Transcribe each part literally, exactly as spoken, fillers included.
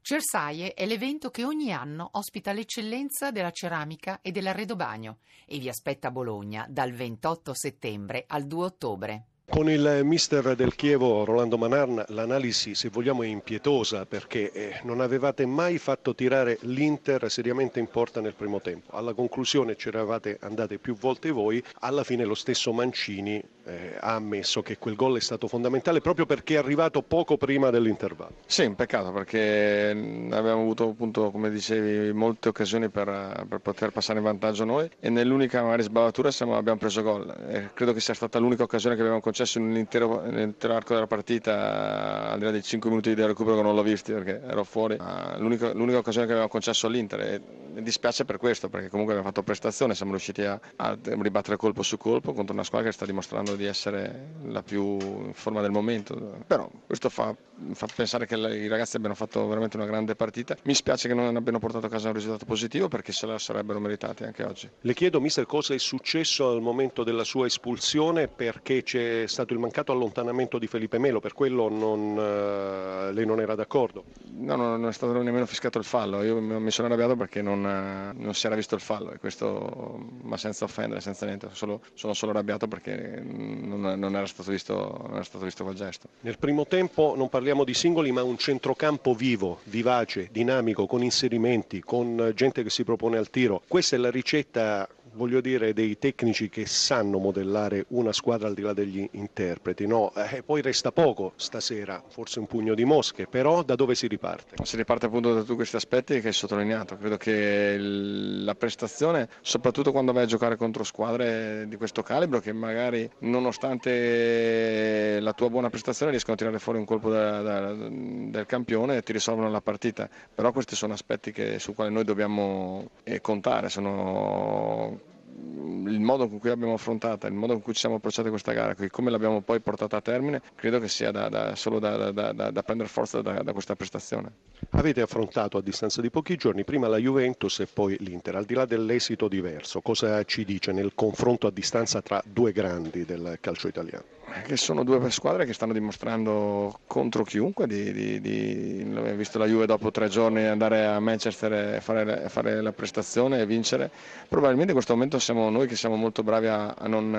Cersaie è l'evento che ogni anno ospita l'eccellenza della ceramica e dell'arredobagno e vi aspetta a Bologna dal ventotto settembre al due ottobre. Con il mister del Chievo Rolando Manan l'analisi, se vogliamo, è impietosa perché eh, non avevate mai fatto tirare l'Inter seriamente in porta nel primo tempo. Alla conclusione ci eravate andate più volte voi, alla fine lo stesso Mancini eh, ha ammesso che quel gol è stato fondamentale proprio perché è arrivato poco prima dell'intervallo. Sì, un peccato perché abbiamo avuto, appunto, come dicevi, molte occasioni per, per poter passare in vantaggio noi e nell'unica magari sbavatura siamo, abbiamo preso gol. Eh, credo che sia stata l'unica occasione che abbiamo concesso nell'intero, nell'intero arco della partita, al di là dei cinque minuti di recupero che non l'ho visti perché ero fuori. L'unica, l'unica occasione che abbiamo concesso all'Inter e mi dispiace per questo perché comunque abbiamo fatto prestazione, siamo riusciti a, a ribattere colpo su colpo contro una squadra che sta dimostrando di essere la più in forma del momento, però questo fa, fa pensare che i ragazzi abbiano fatto veramente una grande partita. Mi spiace che non abbiano portato a casa un risultato positivo perché se la sarebbero meritati anche oggi. Le chiedo, mister, cosa è successo al momento della sua espulsione, perché c'è stato il mancato allontanamento di Felipe Melo, per quello non, uh, lei non era d'accordo? No, no, non è stato nemmeno fiscato il fallo, io mi sono arrabbiato perché non, non si era visto il fallo e questo, ma senza offendere, senza niente, solo, sono solo arrabbiato perché non, non, era stato visto, non era stato visto quel gesto. Nel primo tempo non parliamo di singoli ma un centrocampo vivo, vivace, dinamico, con inserimenti, con gente che si propone al tiro. Questa è la ricetta, voglio dire, dei tecnici che sanno modellare una squadra al di là degli interpreti, no? Eh, poi resta poco stasera, forse un pugno di mosche, però da dove si riparte? Si riparte appunto da tutti questi aspetti che hai sottolineato. Credo che la prestazione, soprattutto quando vai a giocare contro squadre di questo calibro, che magari nonostante la tua buona prestazione riescono a tirare fuori un colpo da, da, del campione e ti risolvono la partita, però questi sono aspetti che, su quali noi dobbiamo eh, contare, sono il modo con cui abbiamo affrontata, il modo con cui ci siamo approcciati a questa gara, come l'abbiamo poi portata a termine, credo che sia da, da, solo da, da, da, da prendere forza da, da questa prestazione. Avete affrontato a distanza di pochi giorni prima la Juventus e poi l'Inter, al di là dell'esito diverso, cosa ci dice nel confronto a distanza tra due grandi del calcio italiano? Che sono due squadre che stanno dimostrando contro chiunque di, di, di abbiamo visto la Juve dopo tre giorni andare a Manchester e fare, fare la prestazione e vincere. Probabilmente in questo momento siamo noi che siamo molto bravi a, a, non,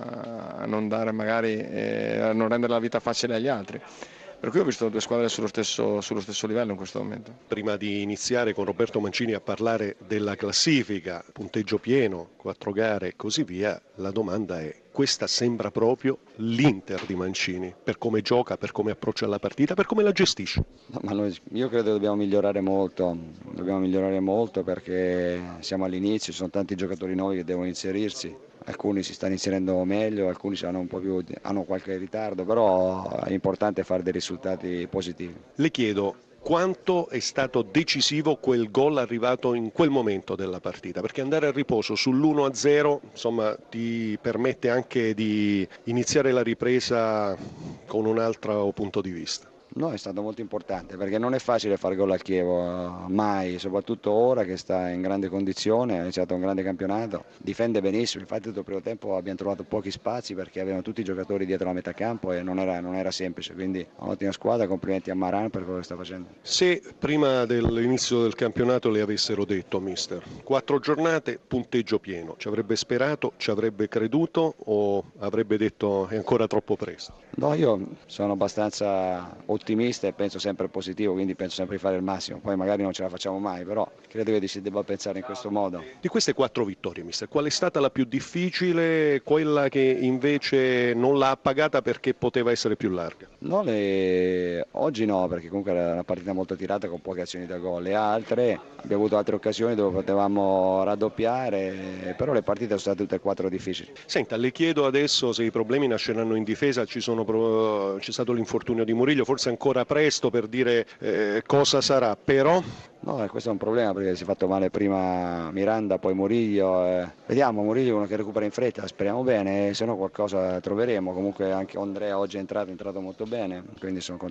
a non dare magari eh, a non rendere la vita facile agli altri. Per cui ho visto due squadre sullo stesso, sullo stesso livello in questo momento. Prima di iniziare con Roberto Mancini a parlare della classifica, punteggio pieno, quattro gare e così via, la domanda è: questa sembra proprio l'Inter di Mancini, per come gioca, per come approccia la partita, per come la gestisce? No, ma noi, io credo che dobbiamo migliorare molto, dobbiamo migliorare molto perché siamo all'inizio, ci sono tanti giocatori nuovi che devono inserirsi, alcuni si stanno inserendo meglio, alcuni hanno, un po' più, hanno qualche ritardo, però è importante fare dei risultati positivi. Le chiedo quanto è stato decisivo quel gol arrivato in quel momento della partita, perché andare a riposo sull'uno a zero insomma ti permette anche di iniziare la ripresa con un altro punto di vista. No, è stato molto importante perché non è facile fare gol al Chievo, mai, soprattutto ora che sta in grande condizione, ha iniziato un grande campionato, difende benissimo, infatti tutto il primo tempo abbiamo trovato pochi spazi perché avevano tutti i giocatori dietro la metà campo e non era, non era semplice, quindi un'ottima squadra, complimenti a Maran per quello che sta facendo. Se prima dell'inizio del campionato le avessero detto, mister, quattro giornate, punteggio pieno, ci avrebbe sperato, ci avrebbe creduto o avrebbe detto è ancora troppo presto? No, io sono abbastanza ottimista e penso sempre positivo, quindi penso sempre di fare il massimo, poi magari non ce la facciamo mai, però credo che si debba pensare in questo modo. Di queste quattro vittorie, mister, qual è stata la più difficile, quella che invece non l'ha pagata perché poteva essere più larga? No, le... Oggi no, perché comunque era una partita molto tirata con poche azioni da gol, le altre abbiamo avuto altre occasioni dove potevamo raddoppiare, però le partite sono state tutte e quattro difficili. Senta, le chiedo adesso se i problemi nasceranno in difesa, ci sono pro... c'è stato l'infortunio di Murillo, forse ancora presto per dire eh, cosa sarà, però... No, questo è un problema perché si è fatto male prima Miranda, poi Murillo. Eh. Vediamo, Murillo è uno che recupera in fretta, speriamo bene, se no qualcosa troveremo. Comunque anche Andrea oggi è entrato, è entrato molto bene, quindi sono contento.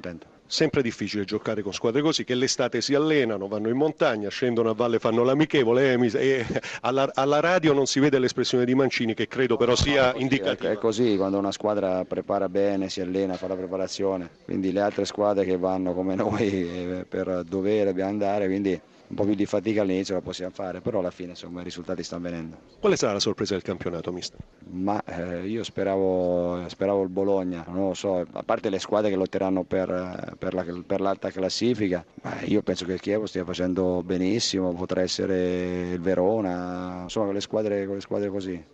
Sempre difficile giocare con squadre così, che l'estate si allenano, vanno in montagna, scendono a valle, fanno l'amichevole eh, e alla, alla radio non si vede l'espressione di Mancini, che credo però sia indicativa. È così, quando una squadra prepara bene, si allena, fa la preparazione, quindi le altre squadre che vanno come noi per dovere dobbiamo andare, quindi un po' più di fatica all'inizio la possiamo fare, però alla fine insomma i risultati stanno venendo. Quale sarà la sorpresa del campionato, mister? Ma eh, io speravo, speravo il Bologna, non lo so, a parte le squadre che lotteranno per, per, la, per l'alta classifica, ma io penso che il Chievo stia facendo benissimo, potrà essere il Verona, insomma con le squadre, con le squadre così.